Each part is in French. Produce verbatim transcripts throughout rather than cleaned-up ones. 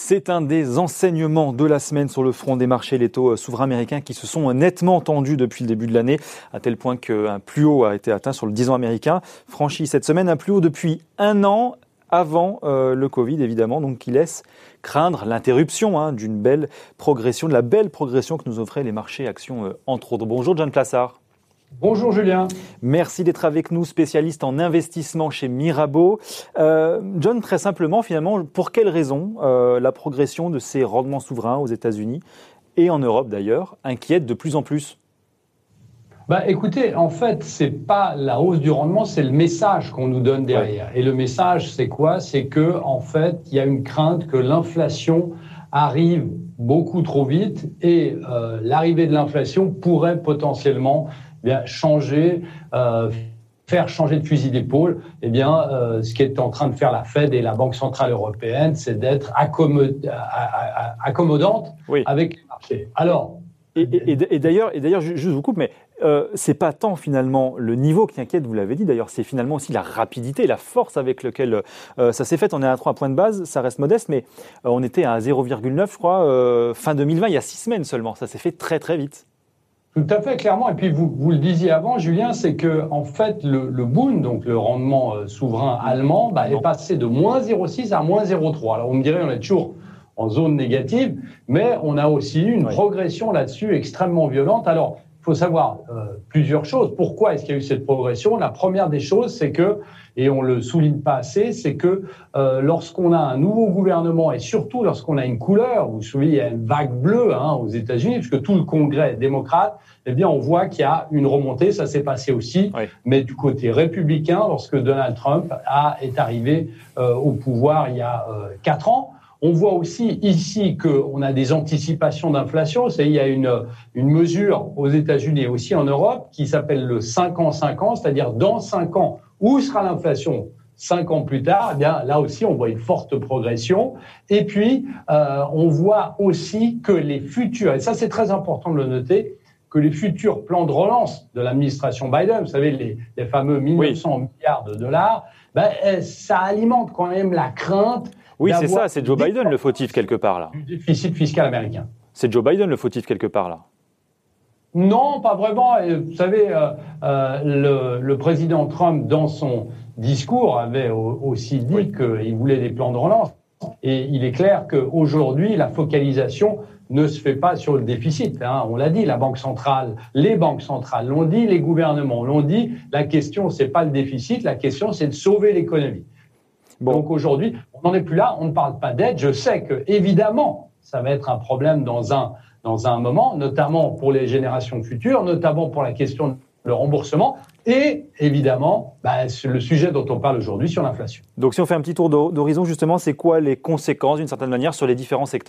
C'est un des enseignements de la semaine sur le front des marchés, les taux souverains américains qui se sont nettement tendus depuis le début de l'année, à tel point qu'un plus haut a été atteint sur le dix ans américain, franchi cette semaine un plus haut depuis un an avant euh, le Covid évidemment, donc qui laisse craindre l'interruption hein, d'une belle progression, de la belle progression que nous offraient les marchés actions euh, entre autres. Bonjour John Plassard. Bonjour Julien. Merci d'être avec nous, spécialiste en investissement chez Mirabeau. Euh, John, très simplement, finalement, pour quelles raisons euh, la progression de ces rendements souverains aux États-Unis et en Europe d'ailleurs inquiète de plus en plus ? Bah, écoutez, en fait, c'est pas la hausse du rendement, c'est le message qu'on nous donne derrière. Ouais. Et le message, c'est quoi ? C'est que, en fait, il y a une crainte que l'inflation arrive beaucoup trop vite et euh, l'arrivée de l'inflation pourrait potentiellement bien changer, euh, faire changer de fusil d'épaule. Eh bien, euh, ce qui est en train de faire la Fed et la Banque centrale européenne, c'est d'être accommod- accommodante oui. avec les marchés. Alors. Et, et, et d'ailleurs, et d'ailleurs, je, je vous coupe, mais euh, c'est pas tant finalement le niveau qui inquiète, vous l'avez dit. D'ailleurs, c'est finalement aussi la rapidité, la force avec laquelle euh, ça s'est fait. On est à trois points de base, ça reste modeste, mais euh, on était à zéro virgule neuf, je crois, euh, fin deux mille vingt, il y a six semaines seulement. Ça s'est fait très très vite. Tout à fait, clairement. Et puis, vous, vous le disiez avant, Julien, c'est que, en fait, le, le Bund, donc le rendement euh, souverain allemand, bah, est passé de moins zéro virgule six à moins zéro virgule trois. Alors, on me dirait, on est toujours en zone négative, mais on a aussi une oui. progression là-dessus extrêmement violente. Alors, il faut savoir euh, plusieurs choses. Pourquoi est-ce qu'il y a eu cette progression ? La première des choses, c'est que, et on le souligne pas assez, c'est que euh, lorsqu'on a un nouveau gouvernement et surtout lorsqu'on a une couleur, vous vous souvenez, il y a une vague bleue hein, aux États-Unis, puisque tout le Congrès est démocrate, eh bien, on voit qu'il y a une remontée. Ça s'est passé aussi, oui. mais du côté républicain, lorsque Donald Trump a, est arrivé euh, au pouvoir il y a euh, quatre ans. On voit aussi ici qu'on a des anticipations d'inflation. C'est, il y a une, une mesure aux États-Unis et aussi en Europe qui s'appelle le cinq ans cinq ans, c'est-à-dire dans cinq ans, où sera l'inflation cinq ans plus tard, eh bien, là aussi, on voit une forte progression. Et puis, euh, on voit aussi que les futurs, et ça c'est très important de le noter, que les futurs plans de relance de l'administration Biden, vous savez, les, les fameux mille neuf cents oui. milliards de dollars, ben, ça alimente quand même la crainte. Oui, c'est ça, c'est Joe Biden le fautif quelque part là. Du déficit fiscal américain. C'est Joe Biden le fautif quelque part là. Non, pas vraiment. Et vous savez, euh, euh, le, le président Trump, dans son discours, avait aussi dit oui. qu'il voulait des plans de relance. Et il est clair qu'aujourd'hui, la focalisation ne se fait pas sur le déficit. Hein. On l'a dit, la Banque centrale, les banques centrales l'ont dit, les gouvernements l'ont dit. La question, c'est pas le déficit, la question, c'est de sauver l'économie. Bon. Donc aujourd'hui, on n'en est plus là, on ne parle pas d'aide. Je sais que évidemment, ça va être un problème dans un dans un moment, notamment pour les générations futures, notamment pour la question de le remboursement et évidemment bah, le sujet dont on parle aujourd'hui sur l'inflation. Donc si on fait un petit tour d'horizon justement, c'est quoi les conséquences d'une certaine manière sur les différents secteurs ?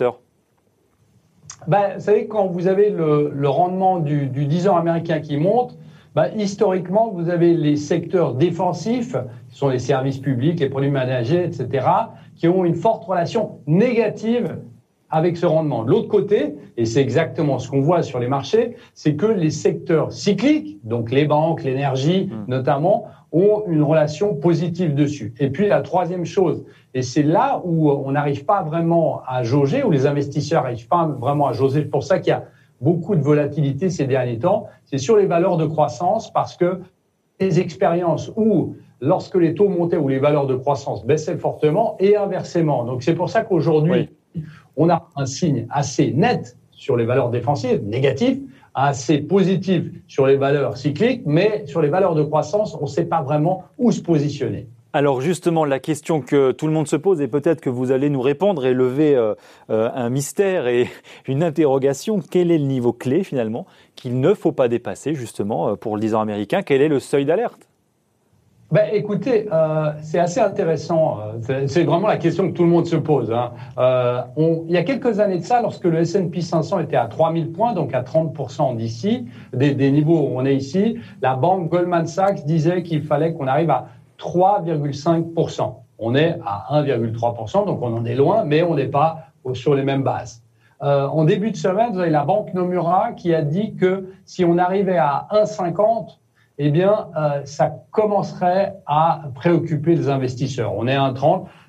Bah, vous savez, quand vous avez le, le rendement du, du dix ans américain qui monte, bah, historiquement, vous avez les secteurs défensifs, qui sont les services publics, les produits ménagers, et cetera, qui ont une forte relation négative avec ce rendement. De l'autre côté, et c'est exactement ce qu'on voit sur les marchés, c'est que les secteurs cycliques, donc les banques, l'énergie mmh. notamment, ont une relation positive dessus. Et puis la troisième chose, et c'est là où on n'arrive pas vraiment à jauger, où les investisseurs n'arrivent pas vraiment à jauger, c'est pour ça qu'il y a beaucoup de volatilité ces derniers temps, c'est sur les valeurs de croissance parce que les expériences où, lorsque les taux montaient, où les valeurs de croissance baissaient fortement et inversement. Donc c'est pour ça qu'aujourd'hui, oui. on a un signe assez net sur les valeurs défensives, négatif, assez positif sur les valeurs cycliques, mais sur les valeurs de croissance, on ne sait pas vraiment où se positionner. Alors justement, la question que tout le monde se pose et peut-être que vous allez nous répondre et lever euh, euh, un mystère et une interrogation. Quel est le niveau clé finalement qu'il ne faut pas dépasser justement pour le dix ans américain ? Quel est le seuil d'alerte ? Ben, écoutez, euh, c'est assez intéressant. C'est, c'est vraiment la question que tout le monde se pose. Hein. Euh, on, il y a quelques années de ça, lorsque le S and P cinq cents était à trois mille points, donc à trente pour cent d'ici, des, des niveaux où on est ici, la banque Goldman Sachs disait qu'il fallait qu'on arrive à trois virgule cinq pour cent. On est à un virgule trois pour cent, donc on en est loin, mais on n'est pas sur les mêmes bases. Euh, en début de semaine, vous avez la banque Nomura qui a dit que si on arrivait à un virgule cinquante, eh bien, euh, ça commencerait à préoccuper les investisseurs. On est à un virgule trente.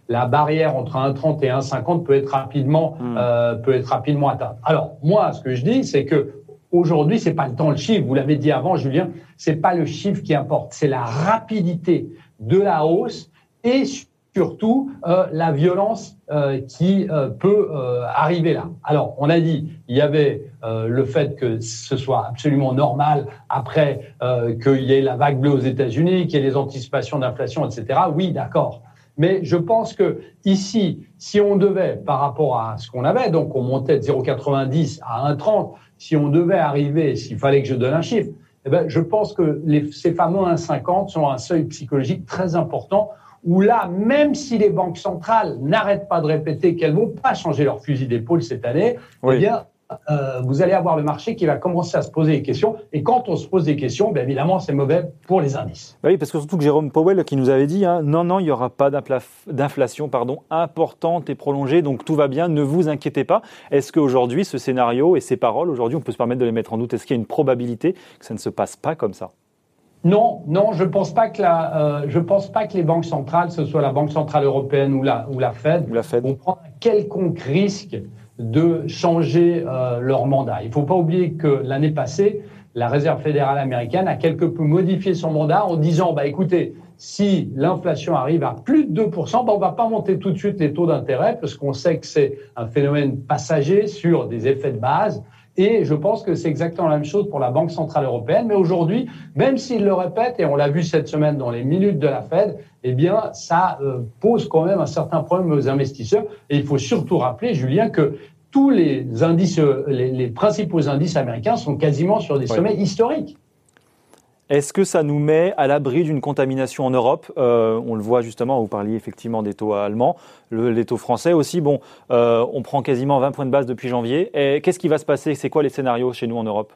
la barrière entre un virgule trente et un virgule cinquante peut être rapidement, mmh. euh, peut être rapidement atteinte. Alors, moi, ce que je dis, c'est que aujourd'hui, c'est pas le temps, le chiffre. Vous l'avez dit avant, Julien, c'est pas le chiffre qui importe, c'est la rapidité de la hausse et surtout euh, la violence euh, qui euh, peut euh, arriver là. Alors, on a dit, il y avait euh, le fait que ce soit absolument normal après euh, qu'il y ait la vague bleue aux États-Unis, qu'il y ait les anticipations d'inflation, et cetera. Oui, d'accord. Mais je pense que ici, si on devait, par rapport à ce qu'on avait, donc on montait de zéro virgule quatre-vingt-dix à un virgule trente, si on devait arriver, s'il fallait que je donne un chiffre, eh ben, je pense que les, ces fameux un virgule cinquante sont un seuil psychologique très important où là, même si les banques centrales n'arrêtent pas de répéter qu'elles vont pas changer leur fusil d'épaule cette année, oui. eh bien, euh, vous allez avoir le marché qui va commencer à se poser des questions. Et quand on se pose des questions, bien évidemment, c'est mauvais pour les indices. Oui, parce que surtout que Jérôme Powell qui nous avait dit, hein, non, non, il n'y aura pas d'inflation pardon, importante et prolongée, donc tout va bien, ne vous inquiétez pas. Est-ce qu'aujourd'hui, ce scénario et ces paroles, aujourd'hui, on peut se permettre de les mettre en doute? Est-ce qu'il y a une probabilité que ça ne se passe pas comme ça? Non, non, je pense pas que la, euh, je pense pas que les banques centrales, ce soit la Banque centrale européenne ou la ou la Fed, ou la Fed. vont prendre un quelconque risque de changer euh, leur mandat. Il faut pas oublier que l'année passée, la Réserve fédérale américaine a quelque peu modifié son mandat en disant, bah écoutez, si l'inflation arrive à plus de deux pour cent, bah on va pas monter tout de suite les taux d'intérêt parce qu'on sait que c'est un phénomène passager sur des effets de base. Et je pense que c'est exactement la même chose pour la Banque centrale européenne. Mais aujourd'hui, même s'ils le répètent, et on l'a vu cette semaine dans les minutes de la Fed, eh bien, ça euh, pose quand même un certain problème aux investisseurs. Et il faut surtout rappeler, Julien, que tous les indices, les, les principaux indices américains sont quasiment sur des sommets oui. historiques. Est-ce que ça nous met à l'abri d'une contamination en Europe? euh, On le voit justement, vous parliez effectivement des taux allemands, le, les taux français aussi. Bon, euh, on prend quasiment vingt points de base depuis janvier. Et qu'est-ce qui va se passer? C'est quoi les scénarios chez nous en Europe?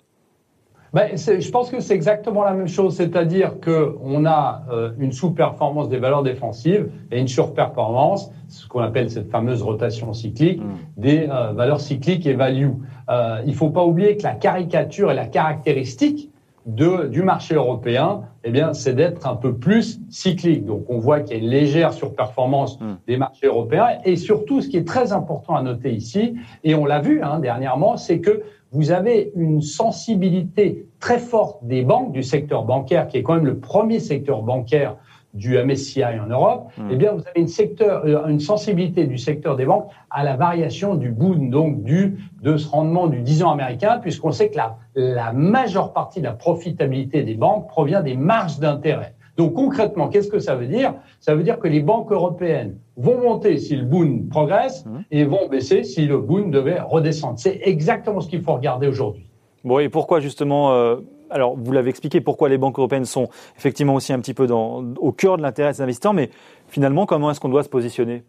Ben, je pense que c'est exactement la même chose, c'est-à-dire qu'on a euh, une sous-performance des valeurs défensives et une surperformance, ce qu'on appelle cette fameuse rotation cyclique, mmh. des euh, valeurs cycliques et value. Euh, il ne faut pas oublier que la caricature et la caractéristique de, du marché européen, eh bien, c'est d'être un peu plus cyclique. Donc, on voit qu'il y a une légère surperformance mmh. des marchés européens. Et surtout, ce qui est très important à noter ici, et on l'a vu hein, dernièrement, c'est que vous avez une sensibilité très forte des banques, du secteur bancaire, qui est quand même le premier secteur bancaire du M S C I en Europe. Mmh. Eh bien, vous avez une, secteur, une sensibilité du secteur des banques à la variation du boom, donc du, de ce rendement du dix ans américain, puisqu'on sait que la, la majeure partie de la profitabilité des banques provient des marges d'intérêt. Donc concrètement, qu'est-ce que ça veut dire? Ça veut dire que les banques européennes vont monter si le boom progresse mmh. et vont baisser si le boom devait redescendre. C'est exactement ce qu'il faut regarder aujourd'hui. Bon, et pourquoi justement euh, alors vous l'avez expliqué, pourquoi les banques européennes sont effectivement aussi un petit peu dans, au cœur de l'intérêt des investisseurs, mais finalement, comment est-ce qu'on doit se positionner?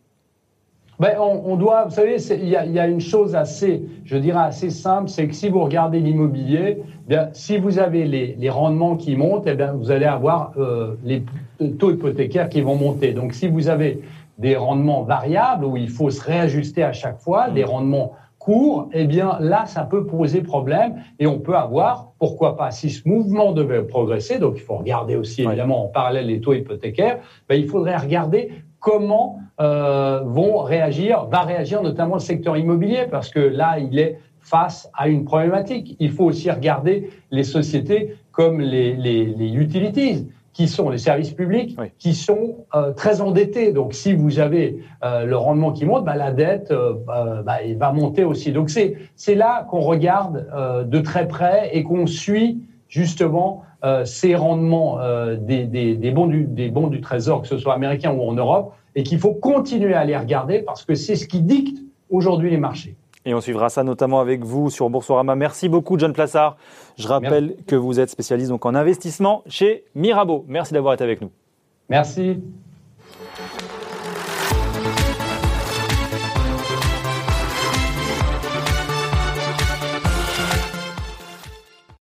Ben, on, on doit, vous savez, il y a, y a une chose assez, je dirais assez simple, c'est que si vous regardez l'immobilier, bien, si vous avez les, les rendements qui montent, eh bien, vous allez avoir euh, les taux hypothécaires qui vont monter. Donc, si vous avez des rendements variables où il faut se réajuster à chaque fois, mmh. des rendements courts, eh bien, là, ça peut poser problème et on peut avoir, pourquoi pas, si ce mouvement devait progresser, donc il faut regarder aussi évidemment ouais. en parallèle les taux hypothécaires, ben, il faudrait regarder comment euh, vont réagir, va réagir notamment le secteur immobilier, parce que là, il est face à une problématique. Il faut aussi regarder les sociétés comme les, les, les utilities, qui sont les services publics, oui. qui sont euh, très endettés. Donc, si vous avez euh, le rendement qui monte, bah, la dette euh, bah, il va monter aussi. Donc, c'est, c'est là qu'on regarde euh, de très près et qu'on suit justement euh, ces rendements euh, des, des, des, bons du, des bons du Trésor, que ce soit américain ou en Europe, et qu'il faut continuer à les regarder parce que c'est ce qui dicte aujourd'hui les marchés. Et on suivra ça notamment avec vous sur Boursorama. Merci beaucoup, John Plassard. Je rappelle Merci. que vous êtes spécialiste donc en investissement chez Mirabaud. Merci d'avoir été avec nous. Merci.